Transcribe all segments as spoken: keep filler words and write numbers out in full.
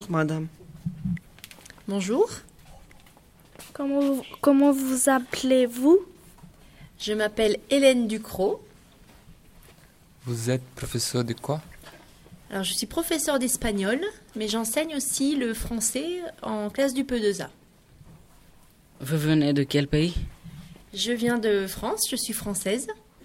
madame. Bonjour. Comment vous, comment vous appelez-vous? Je m'appelle Hélène Ducrot. Vous êtes professeur de quoi? Alors, je suis professeure d'espagnol, mais j'enseigne aussi le français en classe du P deux A. Vous venez de quel pays? Je viens de France, je suis française.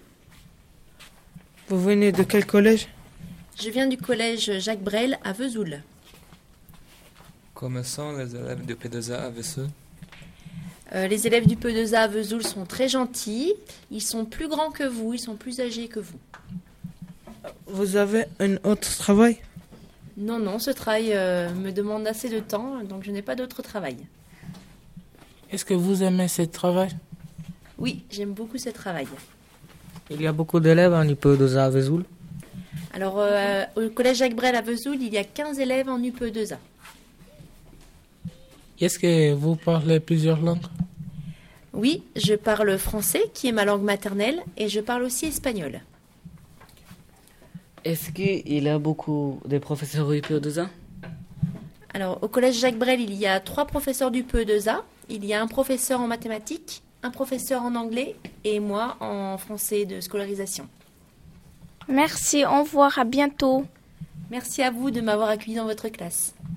Vous venez de quel collège? Je viens du collège Jacques Brel à Vesoul. Comment sont les élèves du P deux A à Vesoul? Euh, les élèves du P deux A à Vesoul sont très gentils. Ils sont plus grands que vous, ils sont plus âgés que vous. Vous avez un autre travail? Non, non, ce travail euh, me demande assez de temps, donc je n'ai pas d'autre travail. Est-ce que vous aimez ce travail? Oui, j'aime beaucoup ce travail. Il y a beaucoup d'élèves en U P deux A à Vesoul. Alors, euh, au collège Jacques Brel à Vesoul, il y a quinze élèves en U P deux A. Est-ce que vous parlez plusieurs langues? Oui, je parle français, qui est ma langue maternelle, et je parle aussi espagnol. Est-ce qu'il y a beaucoup de professeurs U P deux A? Alors, au collège Jacques Brel, il y a trois professeurs du P deux A. Il y a un professeur en mathématiques, un professeur en anglais et moi en français de scolarisation. Merci, au revoir, à bientôt. Merci à vous de m'avoir accueilli dans votre classe.